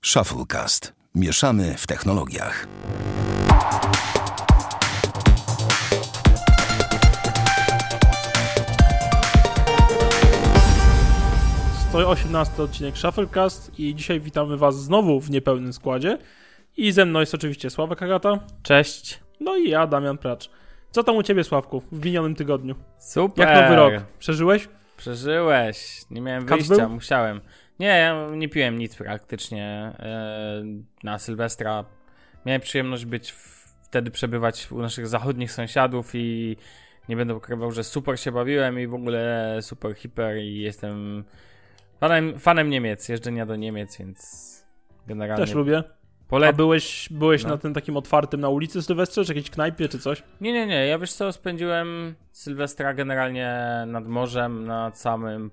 Shufflecast. Mieszamy w technologiach. To 18 odcinek Shufflecast i dzisiaj witamy was znowu w niepełnym składzie. I ze mną jest oczywiście Sławek Agata. Cześć. No i ja, Damian Pracz. Co tam u ciebie, Sławku, w minionym tygodniu? Super. Jak nowy rok? Przeżyłeś? Przeżyłeś. Nie miałem Kat wyjścia, był? musiałem. Nie, ja nie piłem nic praktycznie na Sylwestra. Miałem przyjemność wtedy przebywać u naszych zachodnich sąsiadów i nie będę ukrywał, że super się bawiłem i w ogóle super hiper i jestem fanem Niemiec, jeżdżenia do Niemiec, więc generalnie Też lubię. A byłeś na tym takim otwartym na ulicy Sylwestrze, czy jakiejś knajpie, czy coś? Nie. Ja wiesz co, spędziłem Sylwestra generalnie nad morzem, nad samym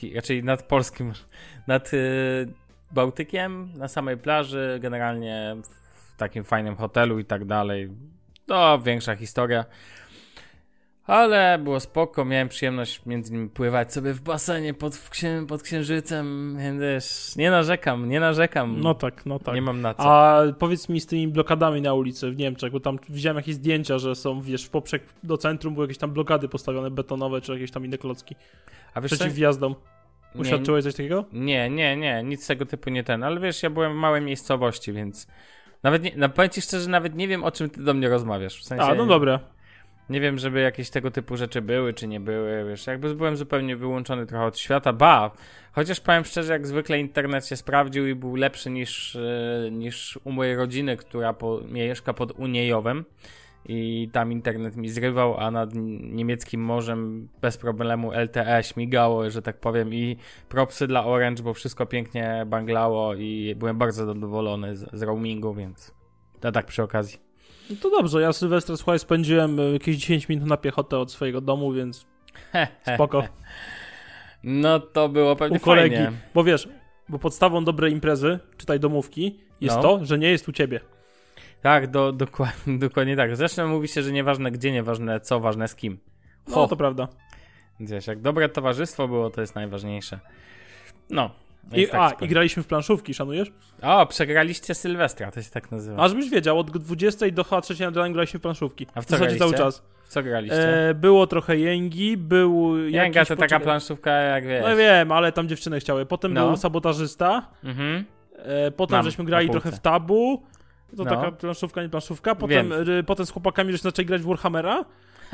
nad Bałtykiem, na samej plaży, generalnie w takim fajnym hotelu i tak dalej. To większa historia. Ale było spoko, miałem przyjemność między nimi pływać sobie w basenie pod księżycem, więc wiesz, nie narzekam. No tak. Nie mam na co. A powiedz mi z tymi blokadami na ulicy w Niemczech, bo tam widziałem jakieś zdjęcia, że są, wiesz, w poprzek do centrum były jakieś tam blokady postawione betonowe, czy jakieś tam inne klocki. A wiesz Przeciw co? wjazdom. Uświadczyłeś coś takiego? Nie, nic tego typu nie ale wiesz, ja byłem w małej miejscowości, więc nawet nie, powiem ci szczerze, nawet nie wiem, o czym ty do mnie rozmawiasz. W sensie, No dobra. Nie wiem, żeby jakieś tego typu rzeczy były, czy nie były, wiesz, jakby byłem zupełnie wyłączony trochę od świata, chociaż powiem szczerze, jak zwykle internet się sprawdził i był lepszy niż u mojej rodziny, która mieszka pod Uniejowem i tam internet mi zrywał, a nad niemieckim morzem bez problemu LTE śmigało, że tak powiem, i propsy dla Orange, bo wszystko pięknie banglało i byłem bardzo zadowolony z roamingu, więc to tak przy okazji. No to dobrze, ja Sylwestra, słuchaj, spędziłem jakieś 10 minut na piechotę od swojego domu, więc spoko. No to było pewnie u kolegi, fajnie. bo podstawą dobrej imprezy, czytaj domówki, jest to, że nie jest u ciebie. Tak, dokładnie tak. Zresztą mówi się, że nieważne gdzie, nieważne co, ważne z kim. No to prawda. Więc wiesz, jak dobre towarzystwo było, to jest najważniejsze. No. I graliśmy w planszówki, szanujesz? Przegraliście Sylwestra, to się tak nazywa. A żebyś wiedział, od 20 do chyba 3 nad ranem graliśmy w planszówki. A w co graliście? Cały czas. W co graliście? Było trochę Jęgi, był Jęga jakiś... to taka planszówka, jak wiesz. No wiem, ale tam dziewczyny chciały. Potem był sabotażysta. Mhm. Potem żeśmy grali trochę w Tabu. To taka planszówka, nie planszówka. Potem z chłopakami żeśmy zaczęli grać w Warhammera.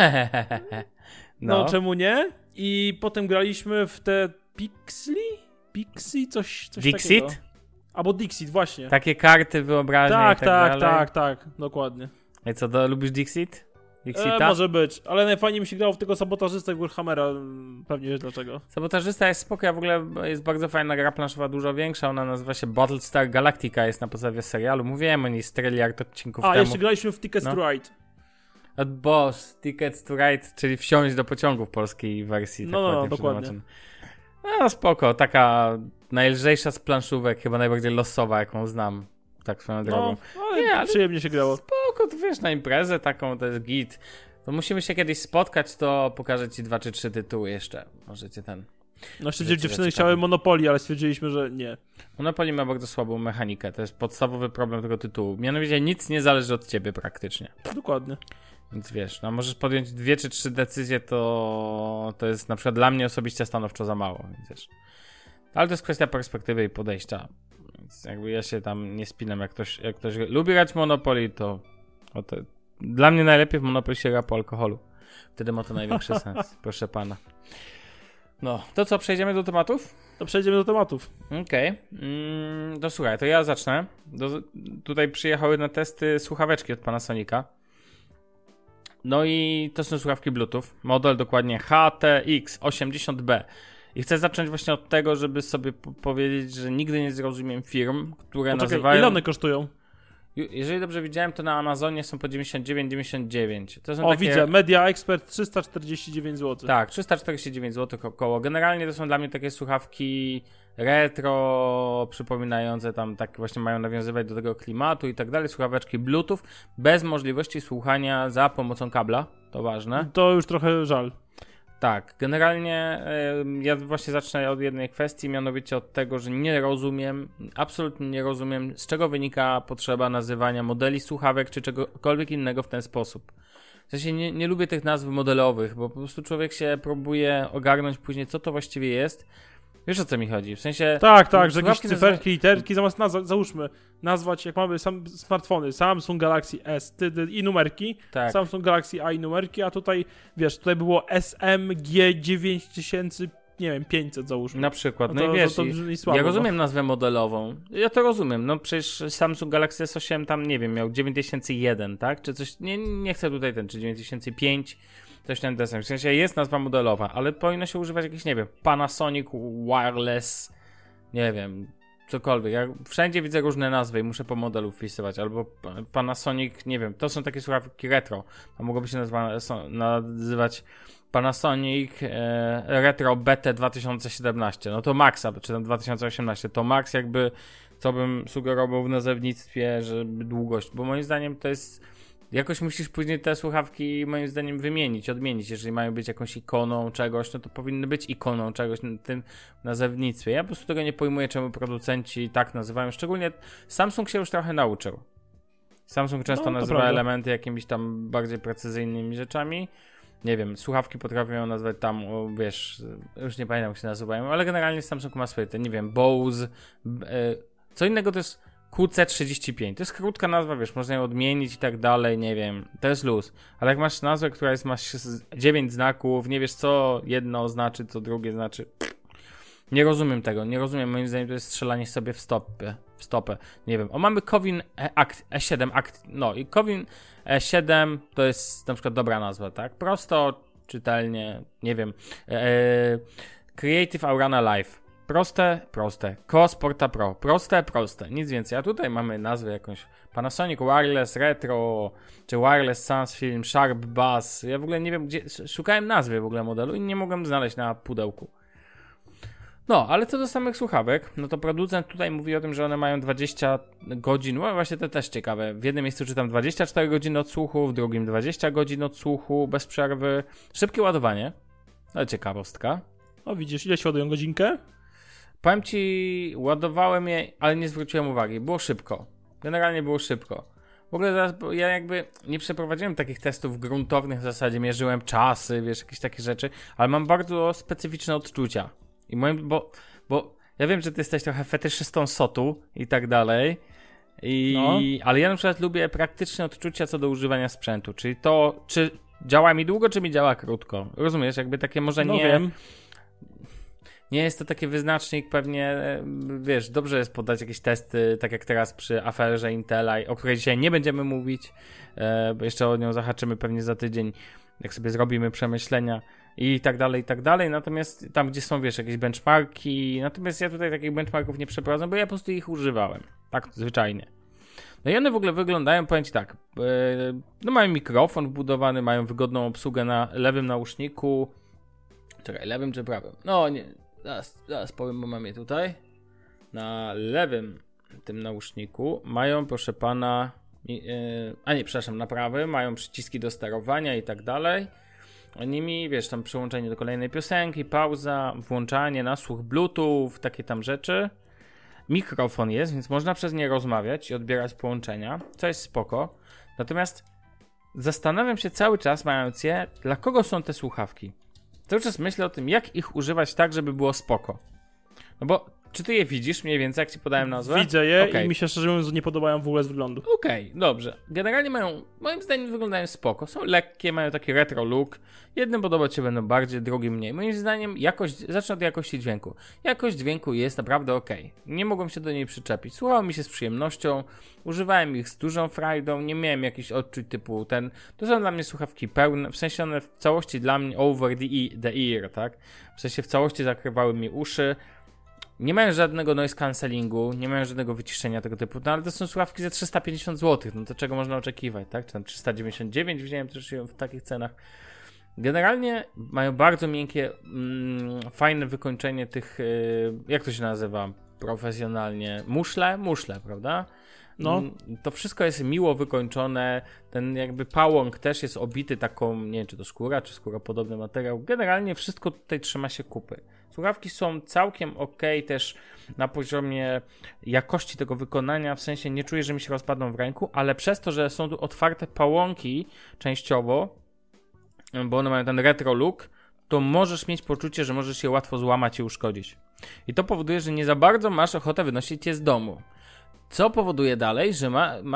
No, czemu nie? I potem graliśmy w te Pixie? Coś Dixit? takiego. Albo Dixit, właśnie. Takie karty wyobraźni i tak dalej. Tak, dokładnie. I co, lubisz Dixit? Dixita? Może być, ale najfajniej mi się grało w tego sabotażystę i Warhammera, pewnie wiesz dlaczego. Sabotażysta jest spoko, w ogóle jest bardzo fajna gra planszowa, dużo większa, ona nazywa się Battlestar Galactica, jest na podstawie serialu, mówiłem o niej z tryliard odcinków temu. Jeszcze graliśmy w Tickets to Ride. Boss, Tickets to Ride, czyli wsiąść do pociągu w polskiej wersji. No, dokładnie. No spoko, taka najlżejsza z planszówek, chyba najbardziej losowa, jaką znam, tak swoją drogą. Ale przyjemnie się grało. Spoko, to wiesz, na imprezę taką, to jest git. To musimy się kiedyś spotkać, to pokażę ci 2 czy 3 tytuły jeszcze. Możecie dziewczyny chciały Monopoly, ale stwierdziliśmy, że nie. Monopoly ma bardzo słabą mechanikę, to jest podstawowy problem tego tytułu. Mianowicie nic nie zależy od ciebie praktycznie. Dokładnie. Więc wiesz, możesz podjąć 2 czy 3 decyzje, to jest na przykład dla mnie osobiście stanowczo za mało, więc wiesz. Ale to jest kwestia perspektywy i podejścia. Więc jakby ja się tam nie spinam, jak ktoś lubi grać w Monopoly, to dla mnie najlepiej w Monopoly się gra po alkoholu. Wtedy ma to największy sens, proszę pana. No, to co, przejdziemy do tematów? To przejdziemy do tematów. Okej. To słuchaj, to ja zacznę. Tutaj przyjechały na testy słuchaweczki od Panasonica. No i to są słuchawki Bluetooth. Model dokładnie HTX80B. I chcę zacząć właśnie od tego, żeby sobie powiedzieć, że nigdy nie zrozumiem firm, które nazywają... Ile one kosztują? Jeżeli dobrze widziałem, to na Amazonie są po 99,99. To są widzę. Media Expert 349 zł. Tak, 349 zł około. Generalnie to są dla mnie takie słuchawki retro, przypominające tam, tak właśnie mają nawiązywać do tego klimatu i tak dalej. Słuchaweczki Bluetooth bez możliwości słuchania za pomocą kabla. To ważne. To już trochę żal. Tak, generalnie ja właśnie zacznę od jednej kwestii, mianowicie od tego, że nie rozumiem, absolutnie nie rozumiem, z czego wynika potrzeba nazywania modeli słuchawek czy czegokolwiek innego w ten sposób. W sensie nie lubię tych nazw modelowych, bo po prostu człowiek się próbuje ogarnąć później, co to właściwie jest. Wiesz, o co mi chodzi? W sensie... Tak, że jakieś cyferki, literki, zamiast załóżmy, nazwać, jak mamy smartfony, Samsung Galaxy S i numerki, tak. Samsung Galaxy A i numerki, a tutaj, wiesz, tutaj było SMG 9500, załóżmy. Na przykład, no i wiesz, to słabo, ja rozumiem nazwę modelową, ja to rozumiem, no przecież Samsung Galaxy S8 tam, nie wiem, miał 9001, tak, czy coś, nie chcę tutaj czy 9005, coś tam desem. W sensie jest nazwa modelowa, ale powinno się używać jakiś, nie wiem, Panasonic Wireless, nie wiem, cokolwiek. Ja wszędzie widzę różne nazwy i muszę po modelu wpisywać, albo Panasonic, nie wiem, to są takie słuchawki retro, a mogłoby się nazywać Panasonic Retro BT 2017, no to Maxa, czy tam 2018, to Max jakby, co bym sugerował w nazewnictwie, żeby długość, bo moim zdaniem to jest... Jakoś musisz później te słuchawki, moim zdaniem, odmienić. Jeżeli mają być jakąś ikoną czegoś, no to powinny być ikoną czegoś na tym nazewnictwie. Ja po prostu tego nie pojmuję, czemu producenci tak nazywają. Szczególnie Samsung się już trochę nauczył. Samsung często nazywa elementy jakimiś tam bardziej precyzyjnymi rzeczami. Nie wiem, słuchawki potrafią ją nazwać tam, wiesz, już nie pamiętam jak się nazywają, ale generalnie Samsung ma swoje, te, nie wiem, Bose. Co innego to jest QC35. To jest krótka nazwa, wiesz, można ją odmienić i tak dalej, nie wiem, to jest luz. Ale jak masz nazwę, która masz 9 znaków, nie wiesz co jedno znaczy, co drugie znaczy. Nie rozumiem tego, moim zdaniem to jest strzelanie sobie w stopę. Nie wiem, mamy Kowin E7 no i Kowin E7 to jest na przykład dobra nazwa, tak? Prosto, czytelnie, nie wiem. Creative Aurana Live. Proste. Co Sporta Pro. Proste. Nic więcej. A tutaj mamy nazwę jakąś Panasonic Wireless Retro, czy Wireless Sans Film, Sharp Bass. Ja w ogóle nie wiem, gdzie... Szukałem nazwy w ogóle modelu i nie mogłem znaleźć na pudełku. No, ale co do samych słuchawek, no to producent tutaj mówi o tym, że one mają 20 godzin, no właśnie to też ciekawe. W jednym miejscu czytam 24 godziny odsłuchu, w drugim 20 godzin odsłuchu, bez przerwy. Szybkie ładowanie. Ale ciekawostka. O, widzisz, ile się ładują godzinkę? Powiem ci, ładowałem je, ale nie zwróciłem uwagi. Było szybko. Generalnie było szybko. W ogóle zaraz, ja jakby nie przeprowadziłem takich testów gruntownych w zasadzie, mierzyłem czasy, wiesz, jakieś takie rzeczy, ale mam bardzo specyficzne odczucia. I bo ja wiem, że ty jesteś trochę fetyszystą SOT-u i tak dalej, ale ja na przykład lubię praktyczne odczucia co do używania sprzętu, czyli to, czy działa mi długo, czy mi działa krótko. Rozumiesz, jakby takie może nie... wiem. Nie jest to taki wyznacznik, pewnie, wiesz, dobrze jest podać jakieś testy, tak jak teraz przy aferze Intela, o której dzisiaj nie będziemy mówić, bo jeszcze o nią zahaczymy pewnie za tydzień, jak sobie zrobimy przemyślenia i tak dalej, natomiast tam, gdzie są, wiesz, jakieś benchmarki, natomiast ja tutaj takich benchmarków nie przeprowadzam, bo ja po prostu ich używałem, tak zwyczajnie. No i one w ogóle wyglądają, powiem ci tak, no mają mikrofon wbudowany, mają wygodną obsługę na lewym nauszniku, czekaj, lewym czy prawym? No nie, zaraz powiem, bo mam je tutaj. Na lewym tym nauszniku mają, proszę pana, na prawym mają przyciski do sterowania i tak dalej. Nimi, wiesz, tam przełączenie do kolejnej piosenki, pauza, włączanie, nasłuch Bluetooth, takie tam rzeczy. Mikrofon jest, więc można przez nie rozmawiać i odbierać połączenia, co jest spoko. Natomiast zastanawiam się cały czas, mając je, dla kogo są te słuchawki. Cały czas myślę o tym, jak ich używać tak, żeby było spoko. No bo, czy ty je widzisz mniej więcej, jak ci podałem nazwę? Widzę je i mi się szczerze mówiąc nie podobają w ogóle z wyglądu. Okej, dobrze. Generalnie moim zdaniem wyglądają spoko. Są lekkie, mają taki retro look. Jednym podobać się będą bardziej, drugim mniej. Moim zdaniem zacznę od jakości dźwięku. Jakość dźwięku jest naprawdę okej. Nie mogłem się do niej przyczepić. Słuchało mi się z przyjemnością. Używałem ich z dużą frajdą. Nie miałem jakichś odczuć typu to są dla mnie słuchawki pełne. W sensie one w całości dla mnie over the ear, tak? W sensie w całości zakrywały mi uszy. Nie mają żadnego noise cancellingu, nie mają żadnego wyciszenia tego typu, no ale to są słuchawki za 350 zł, no to czego można oczekiwać, tak? Czy tam 399, widziałem też w takich cenach. Generalnie mają bardzo miękkie, fajne wykończenie tych, jak to się nazywa profesjonalnie? Muszle, prawda? No. To wszystko jest miło wykończone, ten jakby pałąk też jest obity taką, nie wiem czy to skóra, czy skóropodobny materiał. Generalnie wszystko tutaj trzyma się kupy. Słuchawki są całkiem okej też na poziomie jakości tego wykonania, w sensie nie czuję, że mi się rozpadną w ręku, ale przez to, że są tu otwarte pałąki częściowo, bo one mają ten retro look, to możesz mieć poczucie, że możesz je łatwo złamać i uszkodzić. I to powoduje, że nie za bardzo masz ochotę wynosić je z domu. Co powoduje dalej, że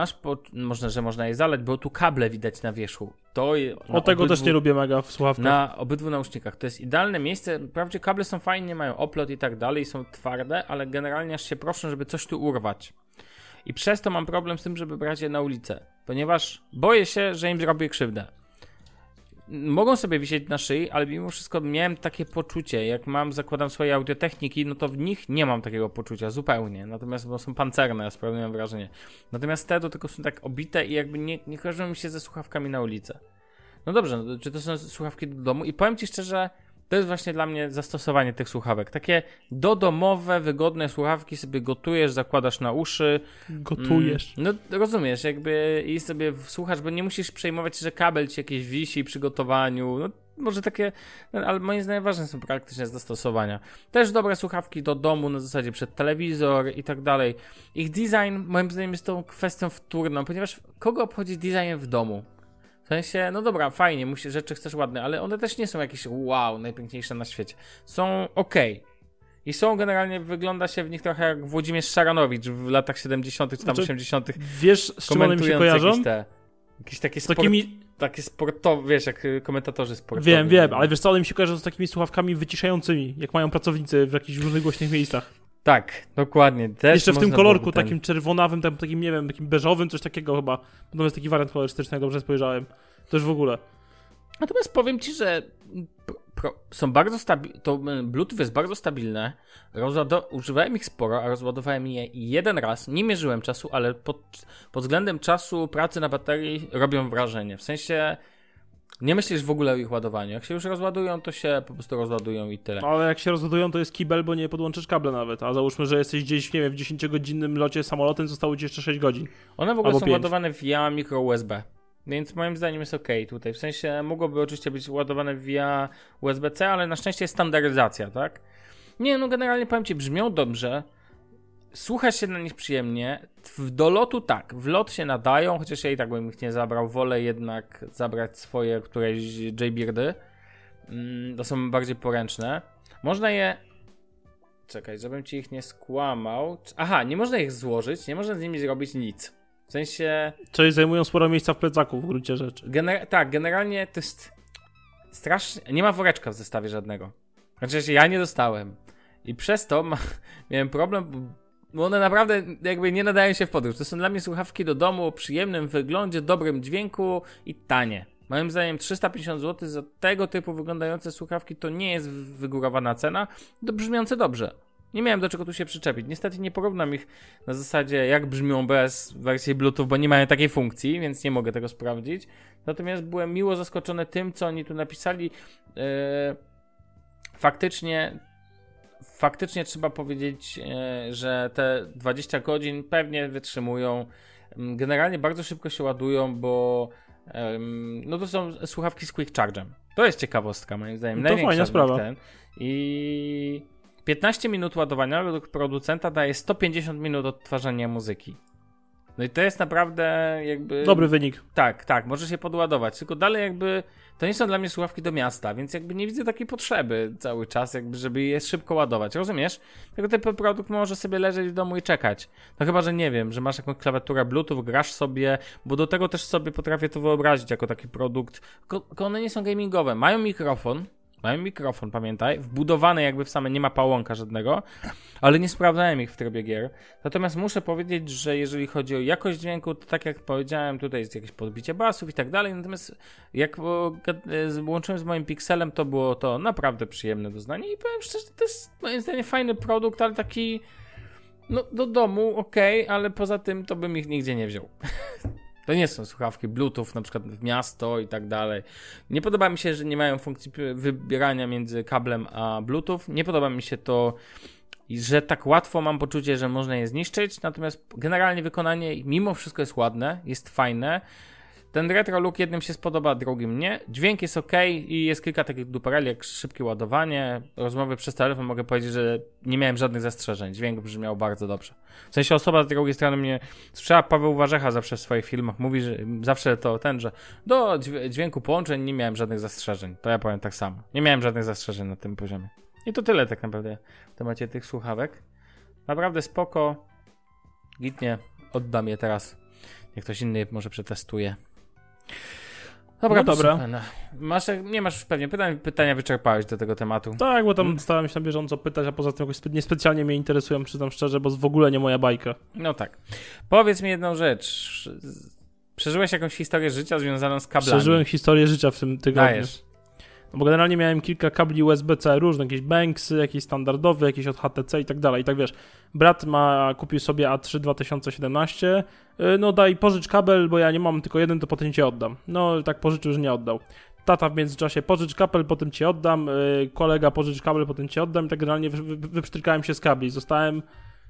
można je zalać, bo tu kable widać na wierzchu. Tego też nie lubię mega w słuchawkach. Na obydwu nausznikach. To jest idealne miejsce. Wprawdzie kable są fajnie, mają oplot i tak dalej, są twarde, ale generalnie aż się proszę, żeby coś tu urwać. I przez to mam problem z tym, żeby brać je na ulicę. Ponieważ boję się, że im zrobię krzywdę. Mogą sobie wisieć na szyi, ale mimo wszystko miałem takie poczucie, jak zakładam swoje audiotechniki, no to w nich nie mam takiego poczucia zupełnie, natomiast bo są pancerne, sprawiają wrażenie. Natomiast te do tego są tak obite i jakby nie kojarzą mi się ze słuchawkami na ulicę. No dobrze, no, czy to są słuchawki do domu? I powiem Ci szczerze, to jest właśnie dla mnie zastosowanie tych słuchawek. Takie domowe, wygodne słuchawki, sobie gotujesz, zakładasz na uszy. Gotujesz. No rozumiesz, jakby i sobie słuchasz, bo nie musisz przejmować się, że kabel ci jakieś wisi przy gotowaniu. No może takie, ale moim zdaniem ważne są praktyczne zastosowania. Też dobre słuchawki do domu, na zasadzie przed telewizor i tak dalej. Ich design moim zdaniem jest tą kwestią wtórną, ponieważ kogo obchodzi design w domu? W sensie, no dobra, fajnie, rzeczy chcesz ładne, ale one też nie są jakieś wow, najpiękniejsze na świecie. Są okej. I są generalnie, wygląda się w nich trochę jak Włodzimierz Szaranowicz w latach 70. czy tam 80. Wiesz, z czym one mi się kojarzą? Jakieś takie takie sportowe, wiesz, jak komentatorzy sportowi. Wiem, ale wiesz co, one mi się kojarzą z takimi słuchawkami wyciszającymi, jak mają pracownicy w jakichś różnych głośnych miejscach. Tak, dokładnie. Też jeszcze w tym kolorku, takim czerwonawym, takim, nie wiem, takim beżowym, coś takiego chyba. To jest taki wariant kolorystyczny, jak dobrze spojrzałem. To już w ogóle. Natomiast powiem Ci, że są bardzo stabilne, to Bluetooth jest bardzo stabilne. Używałem ich sporo, a rozładowałem je jeden raz. Nie mierzyłem czasu, ale pod względem czasu pracy na baterii robią wrażenie. W sensie nie myślisz w ogóle o ich ładowaniu. Jak się już rozładują, to się po prostu rozładują i tyle. Ale jak się rozładują, to jest kibel, bo nie podłączysz kabla nawet. A załóżmy, że jesteś gdzieś, nie wiem, w 10-godzinnym locie samolotem, zostało Ci jeszcze 6 godzin. One w ogóle są 5. ładowane via micro USB. Więc moim zdaniem jest ok tutaj. W sensie mogłoby oczywiście być ładowane via USB-C, ale na szczęście jest standaryzacja, tak? Nie, no generalnie powiem Ci, brzmią dobrze. Słucha się na nich przyjemnie. Do lotu tak, w lot się nadają, chociaż ja i tak bym ich nie zabrał. Wolę jednak zabrać swoje któreś J-Beardy. To są bardziej poręczne. Można je... Czekaj, żebym Ci ich nie skłamał. Aha, nie można ich złożyć, nie można z nimi zrobić nic. W sensie... Czyli zajmują sporo miejsca w plecaku w gruncie rzeczy. Tak, generalnie to jest strasznie... Nie ma woreczka w zestawie żadnego. Znaczy ja nie dostałem. I przez to miałem problem, bo one naprawdę jakby nie nadają się w podróż. To są dla mnie słuchawki do domu o przyjemnym wyglądzie, dobrym dźwięku i tanie. Moim zdaniem 350 zł za tego typu wyglądające słuchawki to nie jest wygórowana cena, brzmiące dobrze. Nie miałem do czego tu się przyczepić. Niestety nie porównam ich na zasadzie jak brzmią bez wersji Bluetooth, bo nie mają takiej funkcji, więc nie mogę tego sprawdzić. Natomiast byłem miło zaskoczony tym, co oni tu napisali. Faktycznie trzeba powiedzieć, że te 20 godzin pewnie wytrzymują. Generalnie bardzo szybko się ładują, bo no to są słuchawki z Quick Charge'em. To jest ciekawostka moim zdaniem. To fajna sprawa. I 15 minut ładowania według producenta daje 150 minut odtwarzania muzyki. No i to jest naprawdę jakby... Dobry wynik. Tak, możesz je podładować, tylko dalej jakby to nie są dla mnie słuchawki do miasta, więc jakby nie widzę takiej potrzeby cały czas, jakby żeby je szybko ładować, rozumiesz? Tego typu produkt może sobie leżeć w domu i czekać. No chyba, że nie wiem, że masz jakąś klawiaturę Bluetooth, grasz sobie, bo do tego też sobie potrafię to wyobrazić jako taki produkt, tylko one nie są gamingowe, mają mikrofon, pamiętaj, wbudowany jakby w same, nie ma pałąka żadnego, ale nie sprawdzałem ich w trybie gier. Natomiast muszę powiedzieć, że jeżeli chodzi o jakość dźwięku, to tak jak powiedziałem, tutaj jest jakieś podbicie basów i tak dalej, natomiast jak łączyłem z moim Pixelem, to było to naprawdę przyjemne doznanie i powiem szczerze, to jest moim zdaniem fajny produkt, ale taki no do domu, okej, ale poza tym to bym ich nigdzie nie wziął. To nie są słuchawki Bluetooth, na przykład w miasto i tak dalej. Nie podoba mi się, że nie mają funkcji wybierania między kablem a Bluetooth. Nie podoba mi się to, i że tak łatwo mam poczucie, że można je zniszczyć, natomiast generalnie wykonanie mimo wszystko jest ładne, jest fajne. Ten retro look jednym się spodoba, drugim nie. Dźwięk jest ok i jest kilka takich dupereli, jak szybkie ładowanie. Rozmowy przez telefon mogę powiedzieć, że nie miałem żadnych zastrzeżeń. Dźwięk brzmiał bardzo dobrze. W sensie osoba z drugiej strony mnie słyszała, Paweł Warzecha zawsze w swoich filmach mówi, że zawsze to że do dźwięku połączeń nie miałem żadnych zastrzeżeń. To ja powiem tak samo. Nie miałem żadnych zastrzeżeń na tym poziomie. I to tyle tak naprawdę w temacie tych słuchawek. Naprawdę spoko. Gitnie. Oddam je teraz. Jak ktoś inny może przetestuje. Dobra, no dobra. Nie masz już pewnie pytania wyczerpałeś do tego tematu. Tak, bo tam starałem się na bieżąco pytać, a poza tym jakoś niespecjalnie mnie interesują, przyznam szczerze, bo w ogóle nie moja bajka. No tak. Powiedz mi jedną rzecz. Przeżyłeś jakąś historię życia związaną z kablami? Przeżyłem historię życia w tym tygodniu. Dajesz. No bo generalnie miałem kilka kabli USB-C różne, jakieś Banksy, jakieś standardowe, jakieś od HTC i tak dalej. I tak wiesz, brat kupił sobie A3 2017, no daj pożycz kabel, bo ja nie mam tylko jeden, to potem ci oddam. No tak pożyczył, że nie oddał. Tata w międzyczasie pożycz kabel, potem ci oddam, kolega pożycz kabel, potem ci oddam i tak generalnie wyprztykałem się z kabli. Zostałem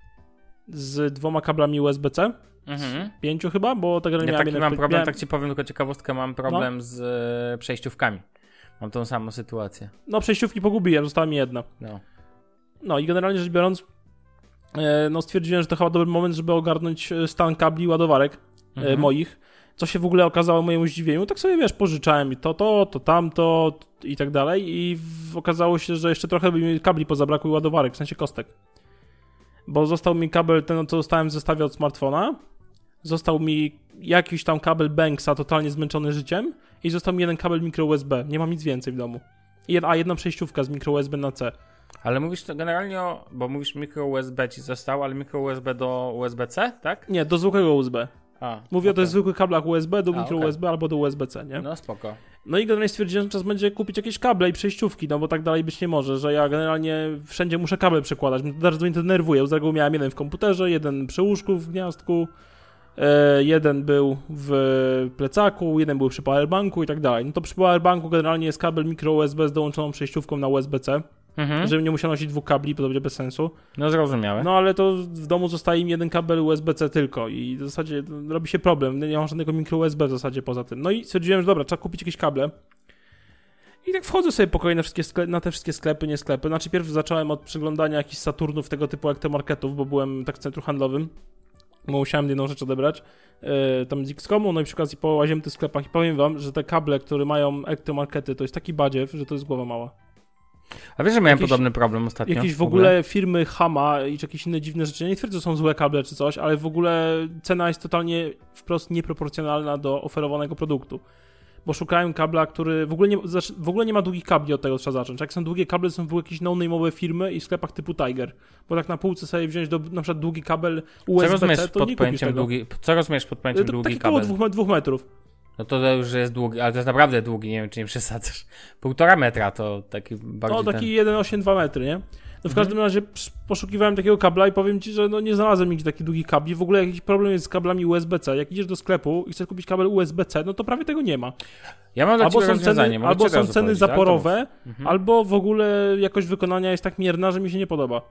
z 2 kablami USB-C. Z 5 chyba, bo tak generalnie ja taki mam problem, tak ci powiem tylko ciekawostkę, mam problem z przejściówkami. Mam tą samą sytuację. No, przejściówki pogubiłem, została mi jedna. No i generalnie rzecz biorąc, stwierdziłem, że to chyba dobry moment, żeby ogarnąć stan kabli i ładowarek moich. Co się w ogóle okazało mojemu zdziwieniu. Tak sobie, wiesz, pożyczałem to, tamto i tak dalej i okazało się, że jeszcze trochę by mi kabli pozabrakło i ładowarek, w sensie kostek. Bo został mi kabel ten, co dostałem w zestawie od smartfona. Został mi jakiś tam kabel Banksa, totalnie zmęczony życiem i został mi jeden kabel micro USB. Nie mam nic więcej w domu. Jedna przejściówka z micro USB na C. Ale mówisz to generalnie bo mówisz micro USB ci zostało, ale micro USB do USB-C, tak? Nie, do zwykłego USB. Mówię o tych zwykłych kablach USB do micro USB albo do USB-C, nie? No spoko. No i generalnie stwierdziłem, że czas będzie kupić jakieś kable i przejściówki, no bo tak dalej być nie może, że ja generalnie wszędzie muszę kable przekładać. Bardzo mnie to denerwuje. Z reguły miałem jeden w komputerze, jeden przy łóżku w gniazdku, jeden był w plecaku, jeden był przy powerbanku i tak dalej. No to przy powerbanku generalnie jest kabel micro USB z dołączoną przejściówką na USB-C, żebym nie musiał nosić 2 kabli, bo to będzie bez sensu. No zrozumiałe. No ale to w domu zostaje mi jeden kabel USB-C tylko i w zasadzie robi się problem. Nie mam żadnego micro USB w zasadzie poza tym. No i stwierdziłem, że dobra, trzeba kupić jakieś kable. I tak wchodzę sobie po kolei na te wszystkie sklepy, nie sklepy. Znaczy pierw zacząłem od przeglądania jakichś Saturnów, tego typu elektromarketów, bo byłem tak w centrum handlowym. Bo musiałem jedną rzecz odebrać, tam z X-Comu, no i przy okazji połaziłem w tych sklepach i powiem wam, że te kable, które mają elektromarkety, to jest taki badziew, że to jest głowa mała. A wiesz, że miałem podobny problem ostatnio? Jakieś w ogóle firmy Hama i jakieś inne dziwne rzeczy, ja nie twierdzę, że są złe kable czy coś, ale w ogóle cena jest totalnie wprost nieproporcjonalna do oferowanego produktu. Bo szukałem kabla, który w ogóle nie ma długich kabli, od tego trzeba zacząć. Jak są długie kable, to są w ogóle jakieś no-name'owe firmy i w sklepach typu Tiger. Bo tak na półce sobie wziąć na przykład długi kabel USB-C, to nie kupisz tego. Co rozumiesz pod pojęciem długi kabel? Taki około 2 metrów. No to już jest długi, ale to jest naprawdę długi, nie wiem czy nie przesadzasz. 1,5 metra to taki bardziej... No taki 1,8-2 metry, nie? No w każdym razie poszukiwałem takiego kabla i powiem ci, że no nie znalazłem nigdzie takich długich kabli. W ogóle jakiś problem jest z kablami USB-C. Jak idziesz do sklepu i chcesz kupić kabel USB-C, no to prawie tego nie ma. Ja mam dla ciebie rozwiązanie. Albo są ceny zaporowe, albo w ogóle jakość wykonania jest tak mierna, że mi się nie podoba.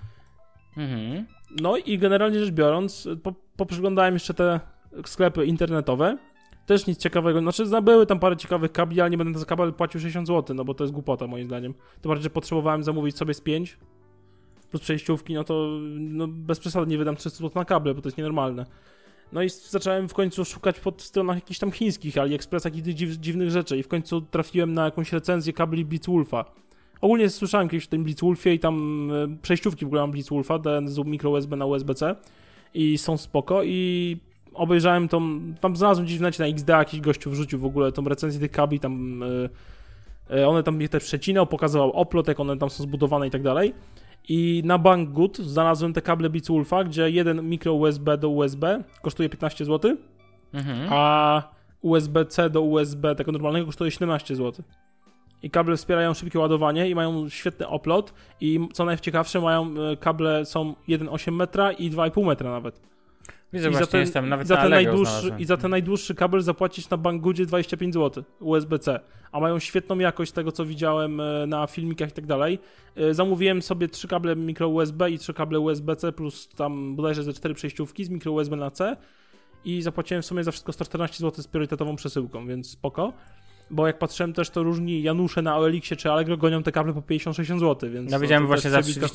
No i generalnie rzecz biorąc, poprzeglądałem jeszcze te sklepy internetowe. Też nic ciekawego, znaczy były tam parę ciekawych kabli, ale nie będę za kabel płacił 60 zł, no bo to jest głupota moim zdaniem. Tym bardziej, że potrzebowałem zamówić sobie z 5 plus przejściówki, no to bez przesady nie wydam 300 zł na kable, bo to jest nienormalne. No i zacząłem w końcu szukać pod stronach jakichś tam chińskich, AliExpress, jakichś dziwnych rzeczy i w końcu trafiłem na jakąś recenzję kabli Blitzwolfa. Ogólnie słyszałem kiedyś o tym Blitzwolfie i tam przejściówki w ogóle mam Blitzwolfa, ten z micro USB na USB-C i są spoko i obejrzałem tam znalazłem gdzieś w necie na XD, jakiś gościu wrzucił w ogóle tą recenzję tych kabli, tam one tam je też przecinał, pokazywał oplot, jak one tam są zbudowane i tak dalej. I na Banggood znalazłem te kable Blitzwolfa, gdzie jeden micro USB do USB kosztuje 15 zł, a USB-C do USB tego normalnego kosztuje 17 zł. I kable wspierają szybkie ładowanie i mają świetny oplot i co najciekawsze, mają kable są 1,8 metra i 2,5 metra nawet. Widzę, właśnie jestem nawet na Allegro znalazłem. I za ten najdłuższy kabel zapłacić na Banggoodzie 25 zł USB-C, a mają świetną jakość tego, co widziałem na filmikach i tak dalej. Zamówiłem sobie 3 kable mikro USB i 3 kable USB-C plus tam bodajże ze 4 przejściówki z mikro USB na C i zapłaciłem w sumie za wszystko 114 zł z priorytetową przesyłką, więc spoko. Bo jak patrzyłem też, to różni Janusze na OLX-ie czy Allegro gonią te kable po 50-60 zł, więc... Ja widziałem właśnie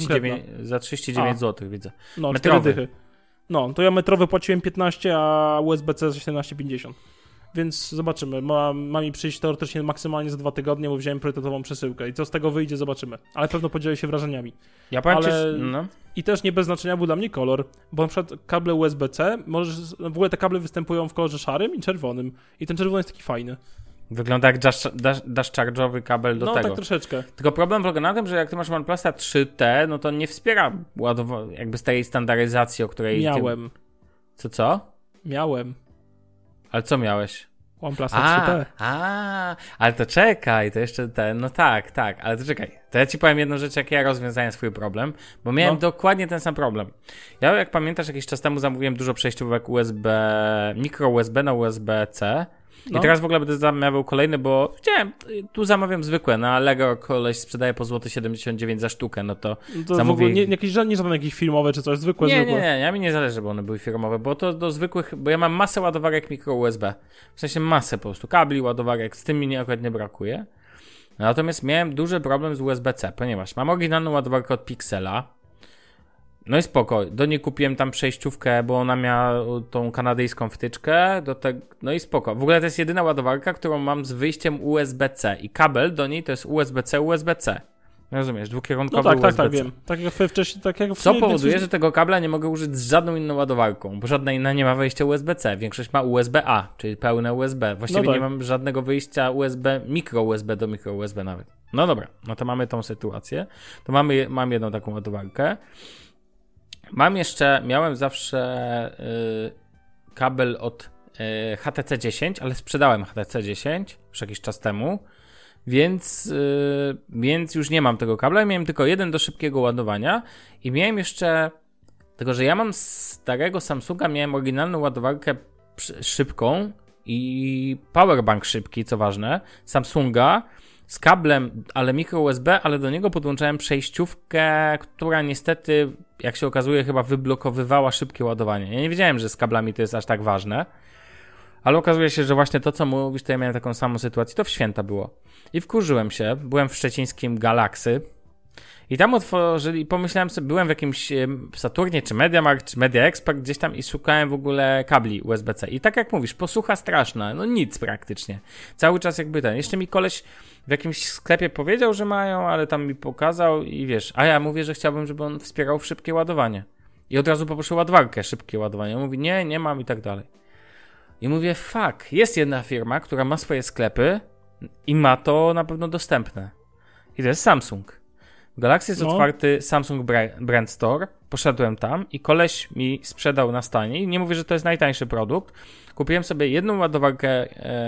za 39 zł, widzę. No, metrowy. 4 dychy. No, to ja metrowy płaciłem 15, a USB-C za 17,50. Więc zobaczymy. Ma mi przyjść teoretycznie maksymalnie za 2 tygodnie, bo wziąłem priorytetową przesyłkę. I co z tego wyjdzie, zobaczymy. Ale pewno podzielę się wrażeniami. Ja powiem I też nie bez znaczenia był dla mnie kolor, bo na przykład kable USB-C, w ogóle te kable występują w kolorze szarym i czerwonym. I ten czerwony jest taki fajny. Wygląda jak dash charge'owy kabel do tego. No tak troszeczkę. Tylko problem polega na tym, że jak ty masz OnePlusa 3T, no to nie wspiera jakby z tej standaryzacji, o której... Miałem. Co? Miałem. Ale co miałeś? OnePlusa 3T. Ale to czekaj, to jeszcze no tak, ale to czekaj. To ja ci powiem jedną rzecz, jak ja rozwiązałem swój problem, bo miałem dokładnie ten sam problem. Ja, jak pamiętasz, jakiś czas temu zamówiłem dużo przejściówek mikro USB na USB-C. I teraz w ogóle będę zamawiał kolejny, bo tu zamawiam zwykłe, na Allegro koleś sprzedaje po złoty 79 za sztukę, no to zamówię... Nie żadne jakieś filmowe czy coś, zwykłe. Nie, mi nie zależy, bo one były firmowe, bo to do zwykłych, bo ja mam masę ładowarek mikro USB, w sensie masę po prostu, kabli, ładowarek, z tym mi akurat nie brakuje. Natomiast miałem duży problem z USB-C, ponieważ mam oryginalną ładowarkę od Pixela. No i spoko, do niej kupiłem tam przejściówkę, bo ona miała tą kanadyjską wtyczkę, no i spoko. W ogóle to jest jedyna ładowarka, którą mam z wyjściem USB-C i kabel do niej to jest USB-C. Rozumiesz, dwukierunkowy USB-C. Tak, wiem. Tak jak wcześniej, Co powoduje, że tego kabla nie mogę użyć z żadną inną ładowarką, bo żadna inna nie ma wejścia USB-C. Większość ma USB-A, czyli pełne USB. Właściwie nie mam żadnego wyjścia USB, mikro USB do mikro USB nawet. No dobra, no to mamy tą sytuację. To mam jedną taką ładowarkę. Miałem zawsze kabel od HTC 10, ale sprzedałem HTC 10 już jakiś czas temu, więc już nie mam tego kabla. Miałem tylko jeden do szybkiego ładowania i miałem jeszcze, tylko że ja mam starego Samsunga, miałem oryginalną ładowarkę szybką i powerbank szybki, co ważne, Samsunga, z kablem, ale mikro USB, ale do niego podłączałem przejściówkę, która niestety, jak się okazuje, chyba wyblokowywała szybkie ładowanie. Ja nie wiedziałem, że z kablami to jest aż tak ważne, ale okazuje się, że właśnie to, co mówisz, to ja miałem taką samą sytuację, to w święta było. I wkurzyłem się, byłem w szczecińskim Galaxy i tam otworzyli, pomyślałem sobie, byłem w jakimś Saturnie, czy MediaMarkt, czy Media Expert gdzieś tam i szukałem w ogóle kabli USB-C. I tak jak mówisz, posłucha straszna, no nic praktycznie. Cały czas jakby jeszcze mi koleś w jakimś sklepie powiedział, że mają, ale tam mi pokazał i wiesz, a ja mówię, że chciałbym, żeby on wspierał szybkie ładowanie. I od razu poproszę ładowarkę, szybkie ładowanie. On mówi, nie mam i tak dalej. I mówię, jest jedna firma, która ma swoje sklepy i ma to na pewno dostępne. I to jest Samsung. W Galaxy jest otwarty Samsung Brand Store. Poszedłem tam i koleś mi sprzedał na stanie. I nie mówię, że to jest najtańszy produkt. Kupiłem sobie jedną ładowarkę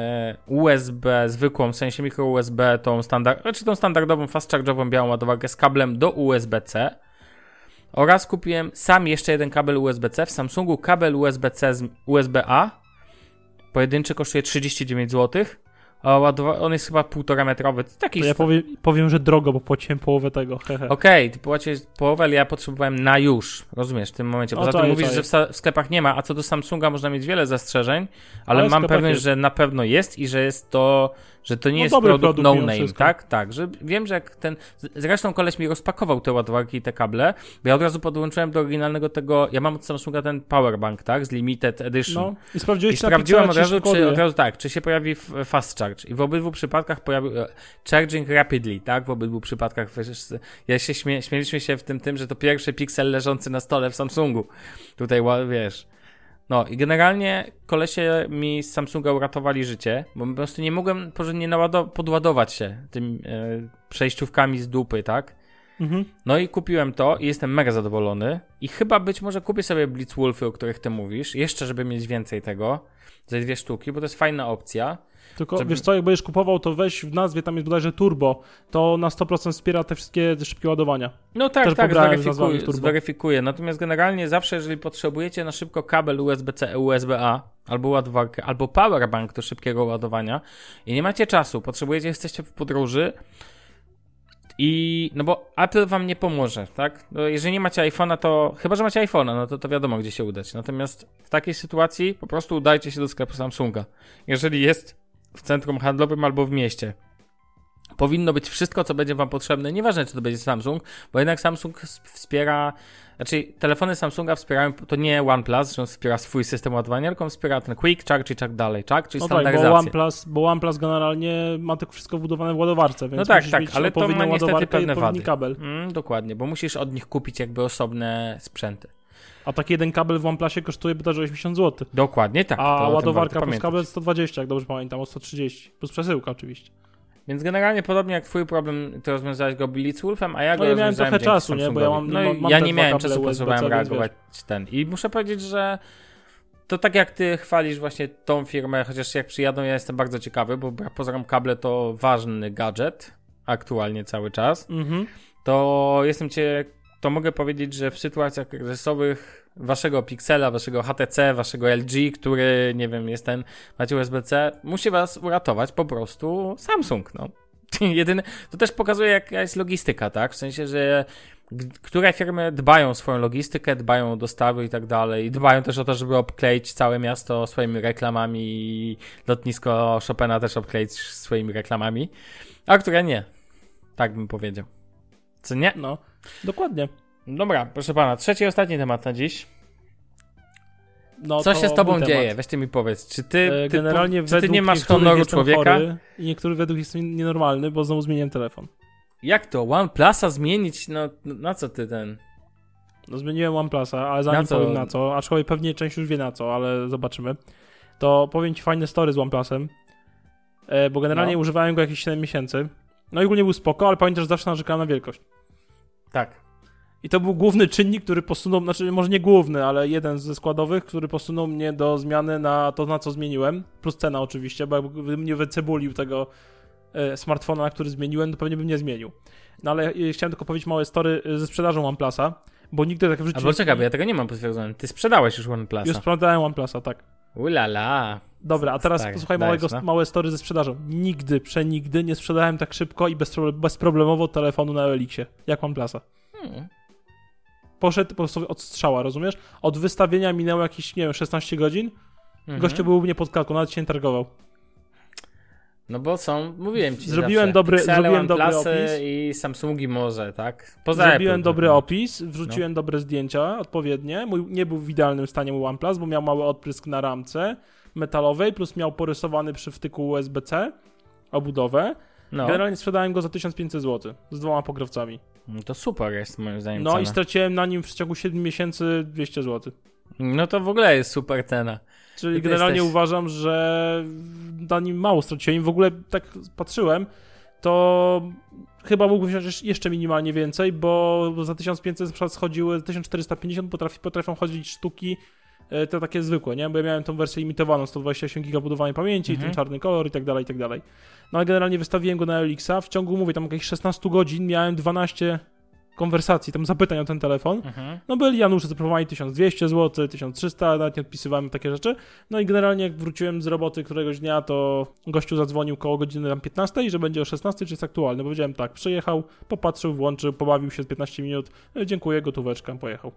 USB zwykłą, w sensie mikro USB, tą standardową, fast charge'ową białą ładowarkę z kablem do USB-C. Oraz kupiłem sam jeszcze jeden kabel USB-C. W Samsungu kabel USB-C z USB-A. Pojedynczy kosztuje 39 zł. A on jest chyba 1,5 metrowy. Taki to ja powiem, że drogo, bo płaciłem połowę tego. Okej, ty płaciłeś połowę, ale ja potrzebowałem na już. Rozumiesz, w tym momencie. Poza tym mówisz, że w sklepach nie ma, a co do Samsunga można mieć wiele zastrzeżeń, ale mam pewność, że na pewno jest i że jest to, że to nie jest produkt no name, tak? Tak, że wiem, że jak zresztą koleś mi rozpakował te ładowarki i te kable, bo ja od razu podłączyłem do oryginalnego tego, ja mam od Samsunga ten powerbank, tak? Z limited edition. No i sprawdziłeś, sprawdziłem od razu, czy się pojawi fast charge. I w obydwu przypadkach pojawił charging rapidly, tak? W obydwu przypadkach śmieliśmy się w tym, że to pierwszy piksel leżący na stole w Samsungu. Tutaj, wiesz. No i generalnie kolesie mi z Samsunga uratowali życie, bo po prostu nie mogłem porządnie podładować się tymi przejściówkami z dupy, tak? No i kupiłem to i jestem mega zadowolony. I chyba być może kupię sobie Blitzwolfy, o których ty mówisz, jeszcze żeby mieć więcej tego, za 2 sztuki, bo to jest fajna opcja. Tylko wiesz co, jak będziesz kupował, to weź w nazwie, tam jest bodajże turbo, to na 100% wspiera te wszystkie szybkie ładowania. No tak, Też zweryfikuję. Natomiast generalnie zawsze, jeżeli potrzebujecie na szybko kabel USB-C, USB-A, albo ładowarkę, albo powerbank do szybkiego ładowania i nie macie czasu, jesteście w podróży i, no bo Apple wam nie pomoże, tak? No jeżeli nie macie iPhone'a, to, chyba że macie iPhone'a, no to wiadomo, gdzie się udać. Natomiast w takiej sytuacji po prostu udajcie się do sklepu Samsunga. Jeżeli jest w centrum handlowym albo w mieście. Powinno być wszystko, co będzie wam potrzebne. Nieważne, czy to będzie Samsung, bo jednak Samsung wspiera... Znaczy, telefony Samsunga wspierają... To nie OnePlus, że on wspiera swój system ładowania, tylko on wspiera ten Quick Charge i tak dalej. Czyli standaryzację. Tak, bo OnePlus generalnie ma to wszystko wbudowane w ładowarce, więc no tak, ale to ma niestety pewne wady. Kabel. Dokładnie, bo musisz od nich kupić jakby osobne sprzęty. A taki jeden kabel w OnePlusie kosztuje bodajże 80 zł. Dokładnie tak. A ładowarka plus kabel 120, jak dobrze pamiętam, o 130. Plus przesyłka oczywiście. Więc generalnie podobnie jak twój problem, ty rozwiązałeś go Blitzwolfem, a ja go ja miałem trochę czasu, nie? Bo ja mam nie miałem czasu, potrzebowałem reagować ten. I muszę powiedzieć, że to tak jak ty chwalisz właśnie tą firmę, chociaż jak przyjadą, ja jestem bardzo ciekawy, bo poza kable to ważny gadżet aktualnie cały czas. To to mogę powiedzieć, że w sytuacjach kryzysowych waszego Pixela, waszego HTC, waszego LG, który, nie wiem, macie USB-C, musi was uratować po prostu Samsung, no. To też pokazuje, jaka jest logistyka, tak? W sensie, że które firmy dbają o swoją logistykę, dbają o dostawy i tak dalej. I dbają też o to, żeby obkleić całe miasto swoimi reklamami i lotnisko Chopina też obkleić swoimi reklamami, a które nie. Tak bym powiedział. Co nie? No, dokładnie. Dobra, proszę pana, trzeci i ostatni temat na dziś. No, co się z tobą dzieje? Weź ty mi powiedz. Czy ty nie masz honoru człowieka? Chory i niektóry według jestem nienormalny, bo znowu zmieniłem telefon. Jak to? OnePlusa zmienić? No, na co ty ten? No zmieniłem OnePlusa, ale zanim powiem na co, aczkolwiek pewnie część już wie na co, ale zobaczymy. To powiem ci fajne story z OnePlusem, bo generalnie używałem go jakieś 7 miesięcy. No i ogólnie był spoko, ale pamiętam, że zawsze narzekałem na wielkość. Tak. I to był główny czynnik, który posunął, znaczy może nie główny, ale jeden ze składowych, który posunął mnie do zmiany na to, na co zmieniłem. Plus cena oczywiście, bo jakbym nie wycebulił tego smartfona, na który zmieniłem, to pewnie bym nie zmienił. No ale chciałem tylko powiedzieć małe story ze sprzedażą OnePlusa, bo nigdy tak w życiu... Albo czekaj, bo ja tego nie mam potwierdzone. Ty sprzedałeś już OnePlusa. Już sprzedałem OnePlusa, tak. Ulala. Dobra, a teraz posłuchaj małe story ze sprzedażą. Nigdy, przenigdy nie sprzedałem tak szybko i bezproblemowo telefonu na OLX-ie, jak OnePlusa. Poszedł po prostu od strzała, rozumiesz? Od wystawienia minęło jakieś, nie wiem, 16 godzin. Gościu był u mnie pod kalką, nawet się nie targował. No bo mówiłem ci zrobiłem dobry opis. I Samsungi może, tak? Zrobiłem dobry opis, wrzuciłem dobre zdjęcia odpowiednie. Mój nie był w idealnym stanie mój OnePlus, bo miał mały odprysk na ramce metalowej, plus miał porysowany przy wtyku USB-C obudowę. No. Generalnie sprzedałem go za 1500 zł z 2 pogrywcami. No to super jest moim zdaniem No cena. i straciłem na nim w ciągu 7 miesięcy 200 zł. No to w ogóle jest super cena. Czyli generalnie uważam, że na nim mało straciłem. W ogóle tak patrzyłem, to chyba mógłbym wziąć jeszcze minimalnie więcej, bo za 1500 schodziły 1450, potrafią chodzić sztuki te takie zwykłe, nie? Bo ja miałem tą wersję limitowaną, 128 GB budowania pamięci, i ten czarny kolor i tak dalej, i tak dalej. No ale generalnie wystawiłem go na OLX-a, w ciągu, mówię, tam jakieś 16 godzin miałem 12 konwersacji, tam zapytań o ten telefon. No byli Janusze, zaproponowali 1200 zł, 1300, nawet nie odpisywałem takie rzeczy. No i generalnie jak wróciłem z roboty któregoś dnia, to gościu zadzwonił koło godziny tam 15, że będzie o 16, czy jest aktualny. Powiedziałem tak, przyjechał, popatrzył, włączył, pobawił się z 15 minut, dziękuję, gotóweczka, pojechał.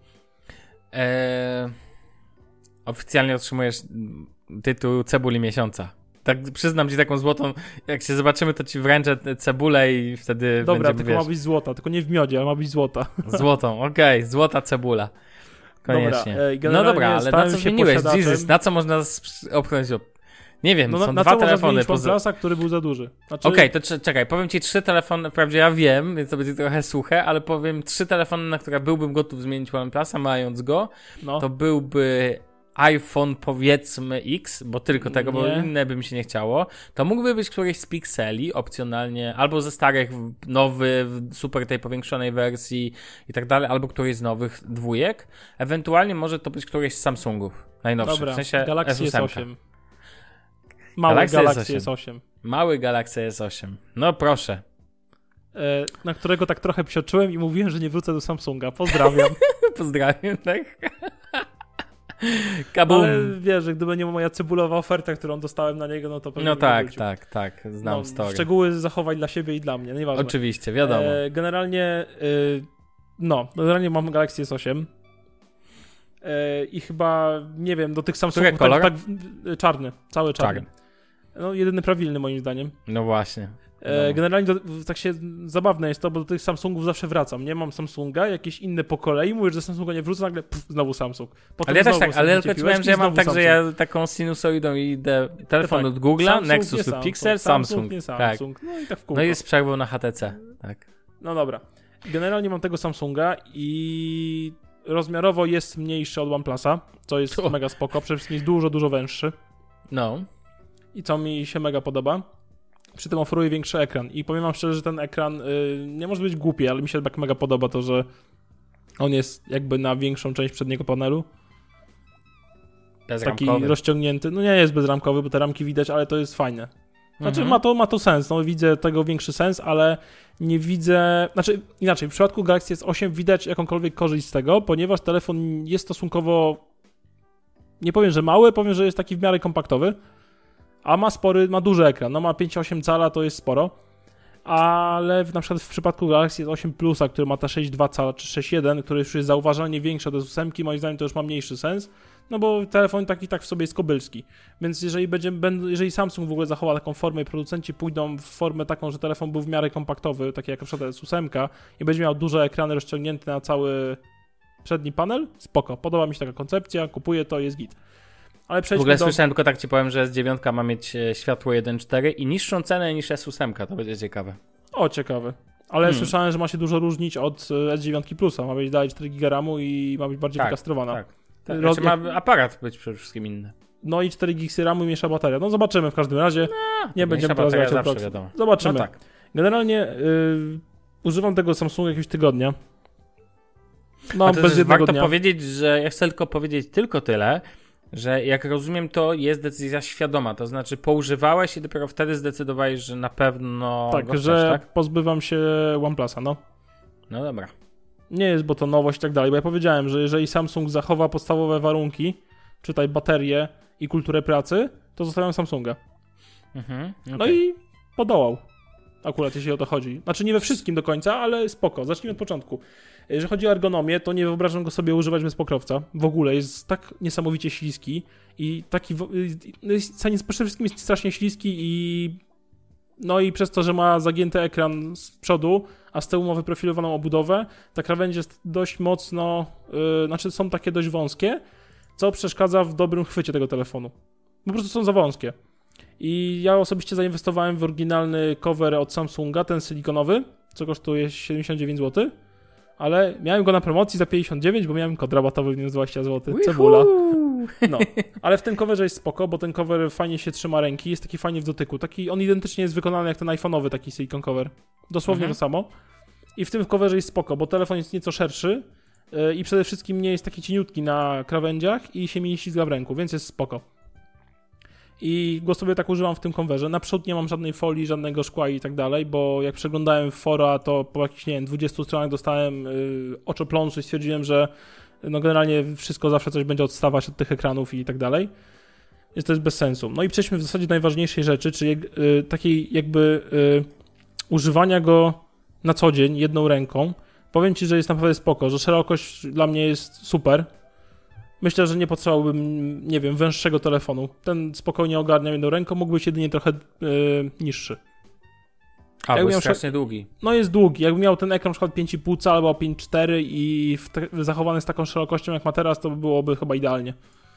Oficjalnie otrzymujesz tytuł cebuli miesiąca. Tak, przyznam ci taką złotą, jak się zobaczymy, to ci wręczę cebulę i wtedy dobra, tylko ma być złota, tylko nie w miodzie, ale ma być złota. Złotą, okej, złota cebula. Koniecznie. Dobra, no dobra, ale na co zmieniłeś? Jesus, na co można opchnąć? Nie wiem, są dwa telefony. OnePlusa, który był za duży. Znaczy... Okej, to czekaj, powiem ci 3 telefony, wprawdzie ja wiem, więc to będzie trochę suche, ale powiem 3 telefony, na które byłbym gotów zmienić OnePlusa, mając go. No. To byłby iPhone powiedzmy X, bo tylko tego, bo Nie. inne by mi się nie chciało, to mógłby być któryś z Pixeli opcjonalnie, albo ze starych nowy, w super tej powiększonej wersji i tak dalej, albo któryś z nowych dwójek. Ewentualnie może to być któryś z Samsungów najnowszych, Dobra, w sensie Galaxy S8. S8. Mały Galaxy Galaxy S8. S8. Mały Galaxy S8. No proszę. Na którego tak trochę psioczyłem i mówiłem, że nie wrócę do Samsunga. Pozdrawiam. Pozdrawiam, tak? Kabum. Ale wiesz, że gdyby nie moja cebulowa oferta, którą dostałem na niego, no to pewnie No bym tak, wrócił. tak, znam story. Szczegóły zachować dla siebie i dla mnie, no nieważne. Oczywiście, wiadomo. Generalnie mam Galaxy S8 i chyba, nie wiem, do tych Samsungów... Który kolor? Czarny, cały czarny. No jedyny prawilny moim zdaniem. No właśnie. Generalnie tak się zabawne jest to, bo do tych Samsungów zawsze wracam. Nie mam Samsunga, jakieś inne po kolei, mówisz, że Samsunga nie wrócę, nagle znowu Samsung. Potem Ale ja też znowu tak, ale Samsung tylko powiem, że ja mam tak, że ja taką sinusoidą idę telefon od Google'a, Samsung, Nexus nie lub Pixel, Samsung. nie Tak. Samsung. No i tak w kółko. No i jest przerwą na HTC. Tak. No dobra. Generalnie mam tego Samsunga i rozmiarowo jest mniejszy od OnePlusa, co jest mega spoko. Przede wszystkim jest dużo węższy No. i co mi się mega podoba. Przy tym oferuje większy ekran i powiem wam szczerze, że ten ekran nie może być głupi, ale mi się tak mega podoba to, że on jest jakby na większą część przedniego panelu. Taki rozciągnięty. No nie jest bezramkowy, bo te ramki widać, ale to jest fajne. Znaczy ma to sens, no widzę tego większy sens, ale nie widzę... Znaczy inaczej, w przypadku Galaxy S8 widać jakąkolwiek korzyść z tego, ponieważ telefon jest stosunkowo... Nie powiem, że mały, powiem, że jest taki w miarę kompaktowy, a ma duży ekran, no ma 5,8 cala, to jest sporo, ale na przykład w przypadku Galaxy S8 Plusa, który ma ta 6,2 cala czy 6,1, który już jest zauważalnie większy od S8, moim zdaniem to już ma mniejszy sens, no bo telefon taki tak w sobie jest kobylski, więc jeżeli Samsung w ogóle zachowa taką formę i producenci pójdą w formę taką, że telefon był w miarę kompaktowy, taki jak na przykład S8 i będzie miał duże ekrany rozciągnięte na cały przedni panel, spoko, podoba mi się taka koncepcja, kupuję to, jest git. Ale w ogóle słyszałem, tylko tak ci powiem, że S9 ma mieć światło 1.4 i niższą cenę niż S8, to będzie ciekawe. O, ciekawe. Ale słyszałem, że ma się dużo różnić od S9 Plusa. Ma być dalej 4 GB RAMu i ma być bardziej wykastrowana. Tak. Znaczy ma aparat być przede wszystkim inny. No i 4 GB RAMu i mniejsza bateria. No zobaczymy w każdym razie. Nie będziemy rozmawiać o proxy. Zobaczymy. No tak. Generalnie używam tego Samsunga jakiegoś tygodnia. No bez jednego dnia. Warto powiedzieć, że ja chcę tylko powiedzieć tylko tyle, że jak rozumiem, to jest decyzja świadoma, to znaczy poużywałeś i dopiero wtedy zdecydowałeś, że na pewno tak, go chcesz, że tak? pozbywam się OnePlusa, no. No dobra. Nie jest, bo to nowość i tak dalej, bo ja powiedziałem, że jeżeli Samsung zachowa podstawowe warunki, czytaj baterię i kulturę pracy, to zostawiam Samsunga. Okay. No i podołał. Akurat jeśli o to chodzi. Znaczy nie we wszystkim do końca, ale spoko. Zacznijmy od początku. Jeżeli chodzi o ergonomię, to nie wyobrażam go sobie używać bez pokrowca. W ogóle jest tak niesamowicie śliski i taki... przede wszystkim jest strasznie śliski i przez to, że ma zagięty ekran z przodu, a z tyłu ma wyprofilowaną obudowę, ta krawędź jest dość mocno... są takie dość wąskie, co przeszkadza w dobrym chwycie tego telefonu. Po prostu są za wąskie. I ja osobiście zainwestowałem w oryginalny cover od Samsunga, ten silikonowy, co kosztuje 79 zł, ale miałem go na promocji za 59, bo miałem kod rabatowy minus 20 zł, cebula. No, ale w tym coverze jest spoko, bo ten cover fajnie się trzyma ręki, jest taki fajnie w dotyku, on identycznie jest wykonany jak ten iPhone'owy taki silikon cover, dosłownie to samo. I w tym coverze jest spoko, bo telefon jest nieco szerszy i przede wszystkim nie jest taki cieniutki na krawędziach i się mi nie ślizga w ręku, więc jest spoko. I go sobie tak używam w tym konwerze. Naprzód nie mam żadnej folii, żadnego szkła i tak dalej, bo jak przeglądałem fora, to po jakichś, 20 stronach dostałem oczopląsu i stwierdziłem, że generalnie wszystko zawsze coś będzie odstawać od tych ekranów i tak dalej. Więc to jest bez sensu. No i przejdźmy w zasadzie do najważniejszej rzeczy, czyli takiej używania go na co dzień jedną ręką. Powiem ci, że jest naprawdę spoko, że szerokość dla mnie jest super. Myślę, że nie potrzebowałbym, węższego telefonu. Ten spokojnie ogarniam jedną ręką, mógł być jedynie trochę niższy. A, bo jest strasznie długi. No jest długi. Jakby miał ten ekran na przykład 5,5 cala albo 5,4 i zachowany z taką szerokością jak ma teraz, to byłoby chyba idealnie.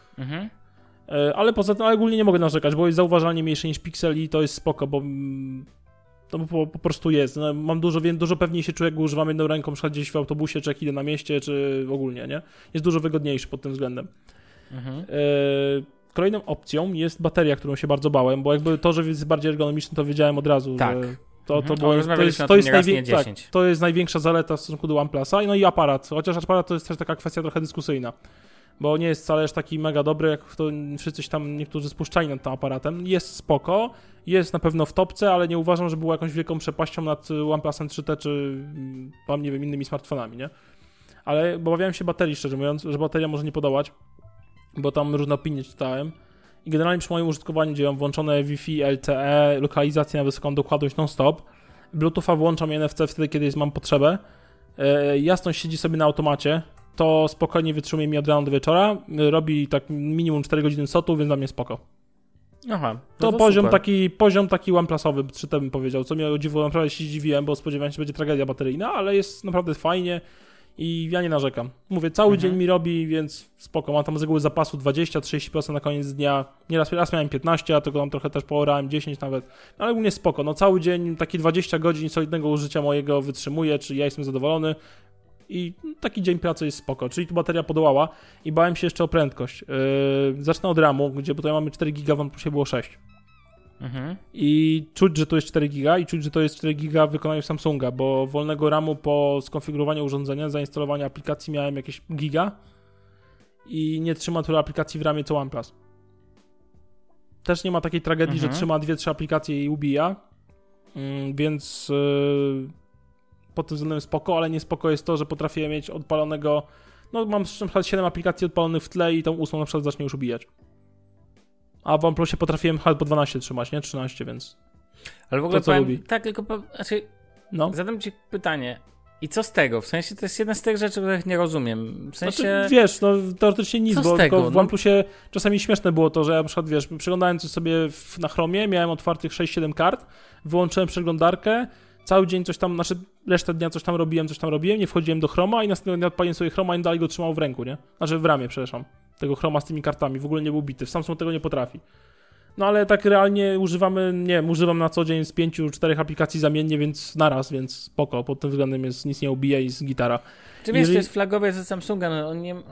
Ale poza tym ogólnie nie mogę narzekać, bo jest zauważalnie mniejszy niż Pixel i to jest spoko, bo to po prostu jest. No, mam dużo pewniej się czuję, jak go używam jedną ręką, na przykład gdzieś w autobusie, czy jak idę na mieście, czy ogólnie, nie? Jest dużo wygodniejszy pod tym względem. Kolejną opcją jest bateria, którą się bardzo bałem, bo jakby to, że jest bardziej ergonomiczny, to wiedziałem od razu, że to jest największa zaleta w stosunku do OnePlusa. No i aparat, chociaż aparat to jest też taka kwestia trochę dyskusyjna, bo nie jest wcale aż taki mega dobry, jak to wszyscy się tam niektórzy spuszczali nad tym aparatem. Jest spoko, jest na pewno w topce, ale nie uważam, że był jakąś wielką przepaścią nad OnePlusem 3T czy tam, nie wiem, innymi smartfonami, nie? Ale obawiałem się baterii, szczerze mówiąc, że bateria może nie podołać, bo tam różne opinie czytałem. I generalnie przy moim użytkowaniu, gdzie mam włączone Wi-Fi, LTE, lokalizację na wysoką dokładność non-stop, Bluetootha włączam i NFC wtedy, kiedy mam potrzebę. Jasność siedzi sobie na automacie, to spokojnie wytrzymuje mi od rana do wieczora. Robi tak minimum 4 godziny sotu, więc dla mnie spoko. Aha. To poziom taki OnePlusowy, 3T bym powiedział, co mnie o dziwo, naprawdę się zdziwiłem, bo spodziewałem się, że będzie tragedia bateryjna, ale jest naprawdę fajnie. I ja nie narzekam. Mówię, cały dzień mi robi, więc spoko. Mam tam z reguły zapasu 20-30% na koniec dnia. Raz miałem 15, a tego tam trochę też poorałem 10 nawet. Ale ogólnie spoko. No cały dzień, takie 20 godzin solidnego użycia mojego wytrzymuję, czyli ja jestem zadowolony. I taki dzień pracy jest spoko. Czyli tu bateria podołała i bałem się jeszcze o prędkość. Zacznę od RAMu, gdzie tutaj mamy 4 GB, w OnePlusie było 6. I czuć, że to jest 4 GB i czuć, że to jest 4 GB w wykonaniu Samsunga, bo wolnego RAMu po skonfigurowaniu urządzenia, zainstalowaniu aplikacji miałem jakieś giga i nie trzyma tyle aplikacji w RAMie co OnePlus. Też nie ma takiej tragedii, że trzyma 2-3 aplikacje i ubija, więc pod tym względem spoko, ale nie spoko jest to, że potrafię mieć odpalonego, no mam na przykład 7 aplikacji odpalonych w tle i tą 8 na przykład zacznie już ubijać. A w OnePlusie potrafiłem chyba po 12 trzymać, nie? 13, więc... Ale w ogóle to, co lubi. Tak, tylko zadam ci pytanie. I co z tego? W sensie to jest jedna z tych rzeczy, których nie rozumiem. W sensie... Znaczy, wiesz, no teoretycznie nic, bo tylko w OnePlusie czasami śmieszne było to, że ja na przykład, wiesz, przeglądając sobie na Chromie, miałem otwartych 6-7 kart, wyłączyłem przeglądarkę, cały dzień coś tam, resztę dnia coś tam robiłem, nie wchodziłem do Chroma i następnego dnia odpaliłem sobie Chroma i dalej go trzymał w ręku, nie? Znaczy w ramie, przepraszam. Tego Chroma z tymi kartami, w ogóle nie był bity. Samsung tego nie potrafi. No ale tak realnie używam na co dzień z 5-4 aplikacji zamiennie, więc naraz, więc spoko. Pod tym względem nic nie ubija i z gitara. Czy wiesz, to jest flagowiec ze Samsunga, no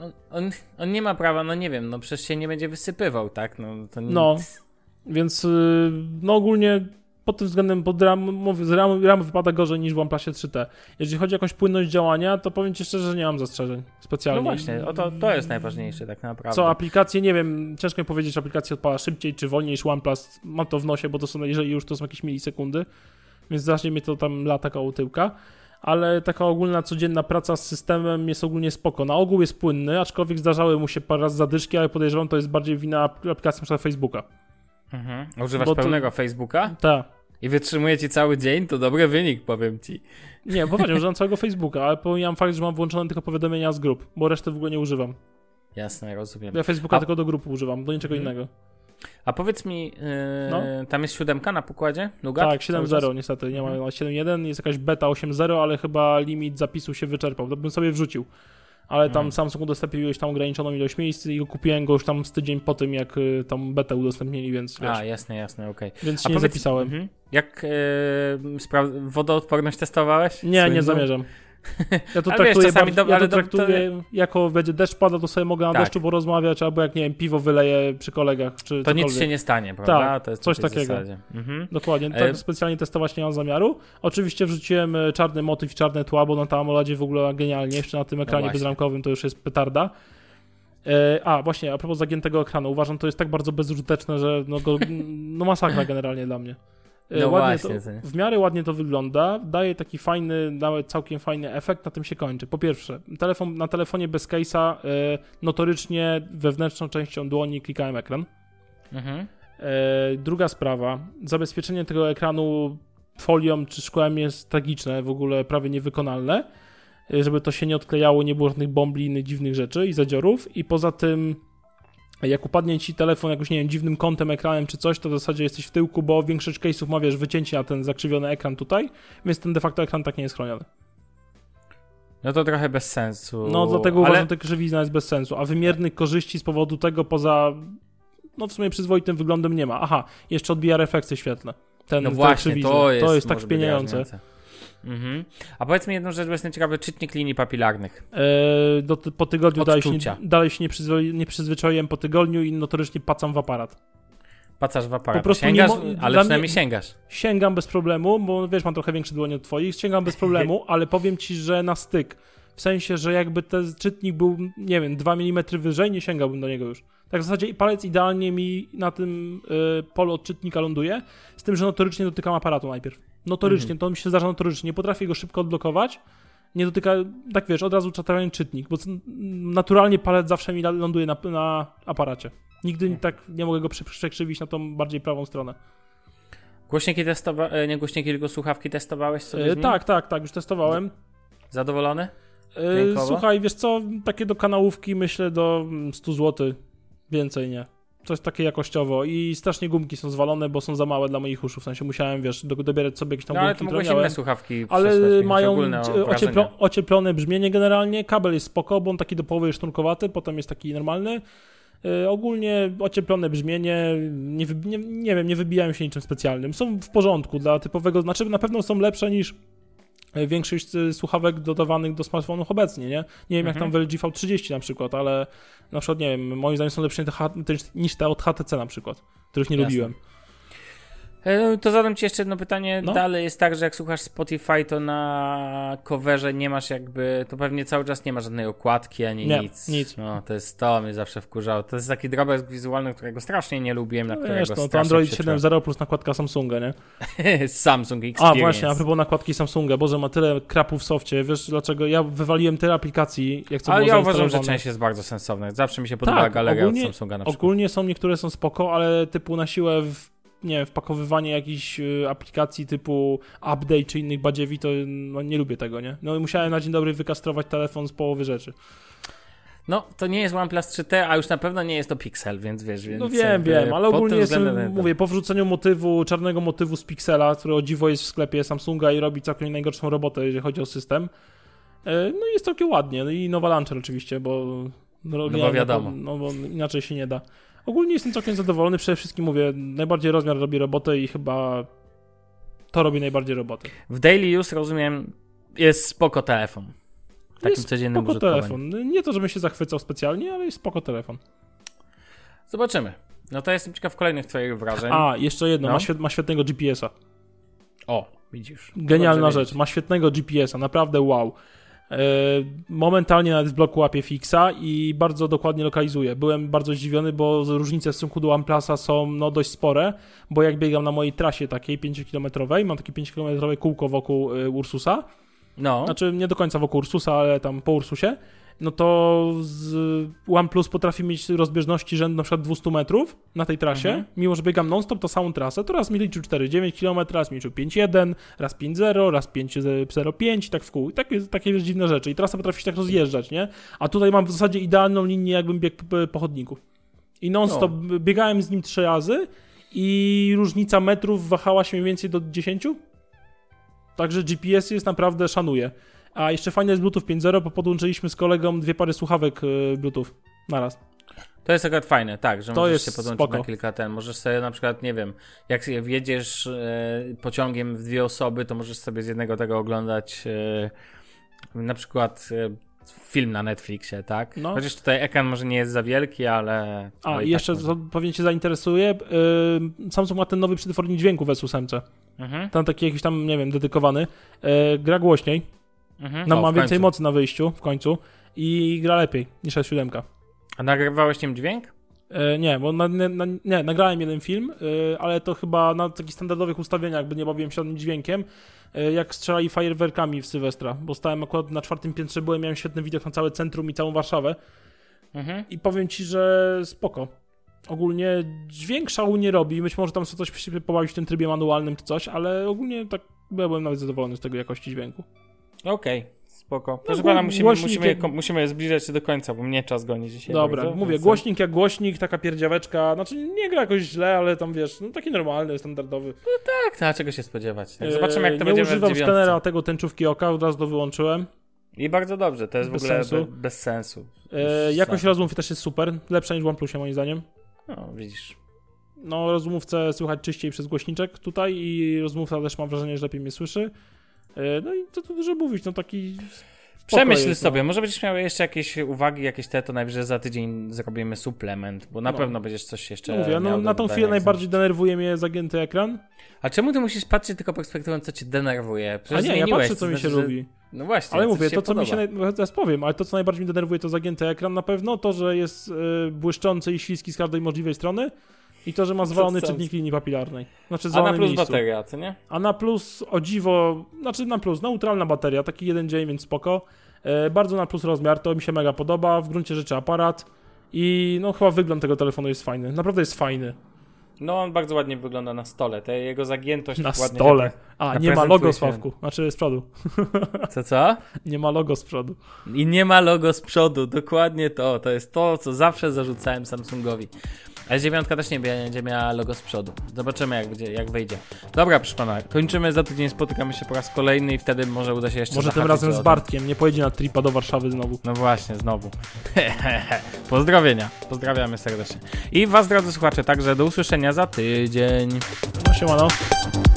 on nie ma prawa, no nie wiem, no przecież się nie będzie wysypywał, tak? No, więc no ogólnie pod tym względem z RAM wypada gorzej niż w OnePlusie 3T. Jeżeli chodzi o jakąś płynność działania, to powiem ci szczerze, że nie mam zastrzeżeń specjalnie. No właśnie, to jest najważniejsze tak naprawdę. Co aplikacje, nie wiem, ciężko mi powiedzieć, że aplikacja odpala szybciej czy wolniej niż OnePlus. Mam to w nosie, bo to są, jeżeli już to są jakieś milisekundy, więc zacznie mnie to tam lata koło tyłka. Ale taka ogólna, codzienna praca z systemem jest ogólnie spoko. Na ogół jest płynny, aczkolwiek zdarzały mu się parę razy zadyszki, ale podejrzewam, to jest bardziej wina aplikacji np. Facebooka. Używasz pełnego Facebooka? Tak. I wytrzymuje ci cały dzień? To dobry wynik, powiem ci. Nie, bo właśnie, używam całego Facebooka, ale pomijam fakt, że mam włączone tylko powiadomienia z grup, bo resztę w ogóle nie używam. Jasne, rozumiem. Ja Facebooka tylko do grup używam, do niczego innego. A powiedz mi, tam jest 7 na pokładzie? Nougat? Tak, 7.0 niestety, nie ma 7.1, jest jakaś beta 8.0, ale chyba limit zapisu się wyczerpał, to bym sobie wrzucił. Ale tam Samsung udostępnił już tam ograniczoną ilość miejsc i kupiłem go już tam z tydzień po tym, jak tą betę udostępnili, więc wiesz. A, jasne, okej. Więc nie zapisałem. Jak wodoodporność testowałeś? Nie zamierzam. Ja to traktuję, jako będzie deszcz pada, to sobie mogę na deszczu porozmawiać, albo jak, nie wiem, piwo wyleję przy kolegach, czy to cokolwiek. Nic się nie stanie, prawda? Tak, to jest coś takiego. Dokładnie, tak specjalnie testować nie mam zamiaru. Oczywiście wrzuciłem czarny motyw i czarne tła, bo na tam AMOLEDzie w ogóle genialnie, jeszcze na tym ekranie bezramkowym to już jest petarda. Właśnie, a propos zagiętego ekranu, uważam, to jest tak bardzo bezużyteczne, że masakra generalnie dla mnie. W miarę ładnie to wygląda, daje taki fajny, nawet całkiem fajny efekt, na tym się kończy. Po pierwsze, na telefonie bez case'a notorycznie wewnętrzną częścią dłoni klikałem ekran. Druga sprawa, zabezpieczenie tego ekranu folią czy szkłem jest tragiczne, w ogóle prawie niewykonalne, żeby to się nie odklejało, nie było żadnych bombli, innych dziwnych rzeczy i zadziorów i poza tym jak upadnie ci telefon jakoś, nie wiem, dziwnym kątem, ekranem czy coś, to w zasadzie jesteś w tyłku, bo większość case'ów ma, wiesz, wycięcie na ten zakrzywiony ekran tutaj, więc ten de facto ekran tak nie jest chroniony. No to trochę bez sensu. No dlatego uważam, że krzywizna jest bez sensu, a wymiernych korzyści z powodu tego poza, w sumie przyzwoitym wyglądem nie ma. Aha, jeszcze odbija refleksy świetlne. No właśnie, to jest tak wpieniające. A powiedz mi jedną rzecz, bo jestem ciekawy, czytnik linii papilarnych. Po tygodniu Odczucia. dalej się nie przyzwyczaiłem po tygodniu i notorycznie pacam w aparat. Pacasz w aparat. Po prostu sięgasz, nie ale dla przynajmniej mnie- sięgasz. Sięgam bez problemu, bo wiesz, mam trochę większe dłonie od twoich, sięgam bez problemu, ale powiem ci, że na styk. W sensie, że jakby ten czytnik był, nie wiem, 2 mm wyżej, nie sięgałbym do niego już. Tak w zasadzie palec idealnie mi na tym polu od czytnika ląduje, z tym, że notorycznie dotykam aparatu najpierw. Notorycznie, to mi się zdarza notorycznie, nie potrafię go szybko odblokować, nie dotyka, tak wiesz, od razu czatowałem czytnik, bo naturalnie palec zawsze mi ląduje na aparacie. Nigdy tak nie mogę go przekrzywić na tą bardziej prawą stronę. Głośniki nie głośniki, tylko słuchawki testowałeś sobie z nim? Tak, już testowałem. Zadowolony? Słuchaj, wiesz co, takie do kanałówki myślę do 100 zł, więcej nie. Coś takie jakościowo i strasznie gumki są zwalone, bo są za małe dla moich uszu, w sensie musiałem, wiesz, dobierać sobie jakieś tam No ale gumki, to które mogłeś miałem. inne słuchawki Ale przysłać, mają ogólne wrażenie. ocieplone brzmienie generalnie, kabel jest spoko, bo on taki do połowy jest sznurkowaty, potem jest taki normalny. Ogólnie ocieplone brzmienie, nie wiem, nie wybijają się niczym specjalnym. Są w porządku dla typowego, znaczy na pewno są lepsze niż większość słuchawek dodawanych do smartfonów obecnie, nie? Nie wiem jak tam w LG V30 na przykład, ale na przykład, nie wiem, moim zdaniem są lepsze niż te od HTC na przykład, których nie lubiłem. To zadam ci jeszcze jedno pytanie. No. Dalej jest tak, że jak słuchasz Spotify, to na coverze nie masz jakby, to pewnie cały czas nie ma żadnej okładki ani nic. No, to mnie zawsze wkurzało. To jest taki drobiazg wizualny, którego strasznie nie lubiłem, na którego Wiesz, to strasznie Android się czułem. 7.0 plus nakładka Samsunga, nie? Samsung Experience. A właśnie, a propos nakładki Samsunga, Boże, ma tyle krapu w softie, wiesz dlaczego? Ja wywaliłem tyle aplikacji, jak co Ale było ja uważam, że zainstalowane. część jest bardzo sensowna. Zawsze mi się podoba galeria od Samsunga na przykład. Ogólnie są niektóre są spoko, ale typu na siłę wpakowywanie jakichś aplikacji typu Update czy innych badziewi, to no, nie lubię tego, nie? No i musiałem na dzień dobry wykastrować telefon z połowy rzeczy. No, to nie jest OnePlus 3T, a już na pewno nie jest to Pixel, więc wiesz, No wiem, ale ogólnie mówię, po wrzuceniu czarnego motywu z Pixela, który o dziwo jest w sklepie Samsunga i robi całkiem najgorszą robotę, jeżeli chodzi o system, no jest całkiem ładnie. No i nowa launcher oczywiście, bo wiadomo. No bo inaczej się nie da. Ogólnie jestem całkiem zadowolony, przede wszystkim mówię, najbardziej rozmiar robi robotę i chyba to robi najbardziej robotę. W daily use, rozumiem, jest spoko telefon. Takim Jest codziennym spoko użytkowaniu. telefon. Nie to, żebym się zachwycał specjalnie, ale jest spoko telefon. Zobaczymy. No to jestem ciekaw kolejnych twoich wrażeń. A, jeszcze jedno, No. ma świetnego GPS-a. O, widzisz. Genialna Dobrze rzecz, wiedzieć. ma świetnego GPS-a, naprawdę wow. Momentalnie nawet w bloku łapie fixa i bardzo dokładnie lokalizuje. Byłem bardzo zdziwiony, bo różnice w stosunku do OnePlusa są no, dość spore, bo jak biegam na mojej trasie takiej 5-kilometrowej, mam takie 5-kilometrowe kółko wokół Ursusa, No. znaczy nie do końca wokół Ursusa, ale tam po Ursusie, no to OnePlus potrafi mieć rozbieżności rzędu na przykład 200 metrów na tej trasie, mimo że biegam non-stop to samą trasę, to raz mi liczył 4,9 km, raz mi liczył 5,1, raz 5,0, raz 5,05 i tak w kół. I takie wiesz, dziwne rzeczy. I trasa potrafi się tak rozjeżdżać, nie? A tutaj mam w zasadzie idealną linię, jakbym biegł po chodniku. I non-stop biegałem z nim 3 razy i różnica metrów wahała się mniej więcej do 10. Także GPS jest naprawdę szanuje. A jeszcze fajne jest Bluetooth 5.0, bo podłączyliśmy z kolegą 2 pary słuchawek Bluetooth naraz. To jest akurat fajne, tak, że To możesz jest się podłączyć spoko. na kilka możesz sobie na przykład, nie wiem, jak wjedziesz pociągiem w 2 osoby, to możesz sobie z jednego tego oglądać na przykład film na Netflixie, tak? No. Chociaż tutaj ekran może nie jest za wielki, ale... A, i i jeszcze, tak co pewnie cię zainteresuje, Samsung ma ten nowy przetwornik dźwięku w S8. Tam taki jakiś tam, nie wiem, dedykowany. Gra głośniej, ma więcej mocy na wyjściu w końcu i gra lepiej niż S7. A nagrywałeś nim dźwięk? Nie, bo nagrałem jeden film, ale to chyba na takich standardowych ustawieniach, by nie bawiłem się żadnym dźwiękiem, jak strzelali fajerwerkami w Sylwestra, bo stałem akurat na 4. piętrze, miałem świetny widok na całe centrum i całą Warszawę i powiem ci, że spoko. Ogólnie dźwięk szału nie robi, być może tam sobie coś pobawić w tym trybie manualnym czy coś, ale ogólnie tak byłem nawet zadowolony z tego jakości dźwięku. Okej. Spoko. Proszę No, pana, musimy zbliżać się do końca, bo mnie czas goni dzisiaj. Dobra, bardzo, mówię, więc... głośnik jak głośnik, taka pierdziaweczka, znaczy nie gra jakoś źle, ale tam wiesz, no taki normalny, standardowy. Tak, a czego się spodziewać. Tak, zobaczymy jak to będzie w Nie używam 9. skanera tego tęczówki oka, od razu to wyłączyłem. I bardzo dobrze, to jest Bez w ogóle sensu. bez sensu. Jakość rozmów też jest super, lepsza niż w OnePlusie moim zdaniem. No, widzisz. No, rozmówcę słychać czyściej przez głośniczek tutaj i rozmówca też mam wrażenie, że lepiej mnie słyszy. No i co tu dużo mówić, no taki... Przemyśl jest, sobie, może będziesz miał jeszcze jakieś uwagi, jakieś to najwyżej za tydzień zrobimy suplement, bo na pewno będziesz coś jeszcze mówię, miał na tą chwilę najbardziej denerwuje mnie zagięty ekran. A czemu ty musisz patrzeć tylko perspektywą, co cię denerwuje? Przecież ja patrzę, co mi się lubi. No właśnie, ale mówię, to co podoba. mi się, teraz powiem, ale to co najbardziej mnie denerwuje to zagięty ekran na pewno, to, że jest błyszczący i śliski z każdej możliwej strony i to, że ma zwalony czytnik linii papilarnej. Znaczy a na plus miejscu. bateria, co nie? A na plus o dziwo, znaczy na plus neutralna bateria, taki jeden dzień, więc spoko. Bardzo na plus rozmiar, to mi się mega podoba, w gruncie rzeczy aparat i no chyba wygląd tego telefonu jest fajny, naprawdę jest fajny. No on bardzo ładnie wygląda na stole, ta jego zagiętość na ładnie stole. Nie ma logo, się. Sławku, znaczy z przodu. Co? Nie ma logo z przodu. I nie ma logo z przodu, dokładnie to jest to, co zawsze zarzucałem Samsungowi. Ale 9 też nie będzie miała logo z przodu. Zobaczymy jak wyjdzie. Dobra, proszę pana, kończymy za tydzień, spotykamy się po raz kolejny i wtedy może uda się jeszcze może tym razem z Bartkiem, nie pojedzie na tripa do Warszawy znowu. No właśnie, znowu. Pozdrowienia, pozdrawiamy serdecznie. I was, drodzy słuchacze, także do usłyszenia za tydzień. No siemano.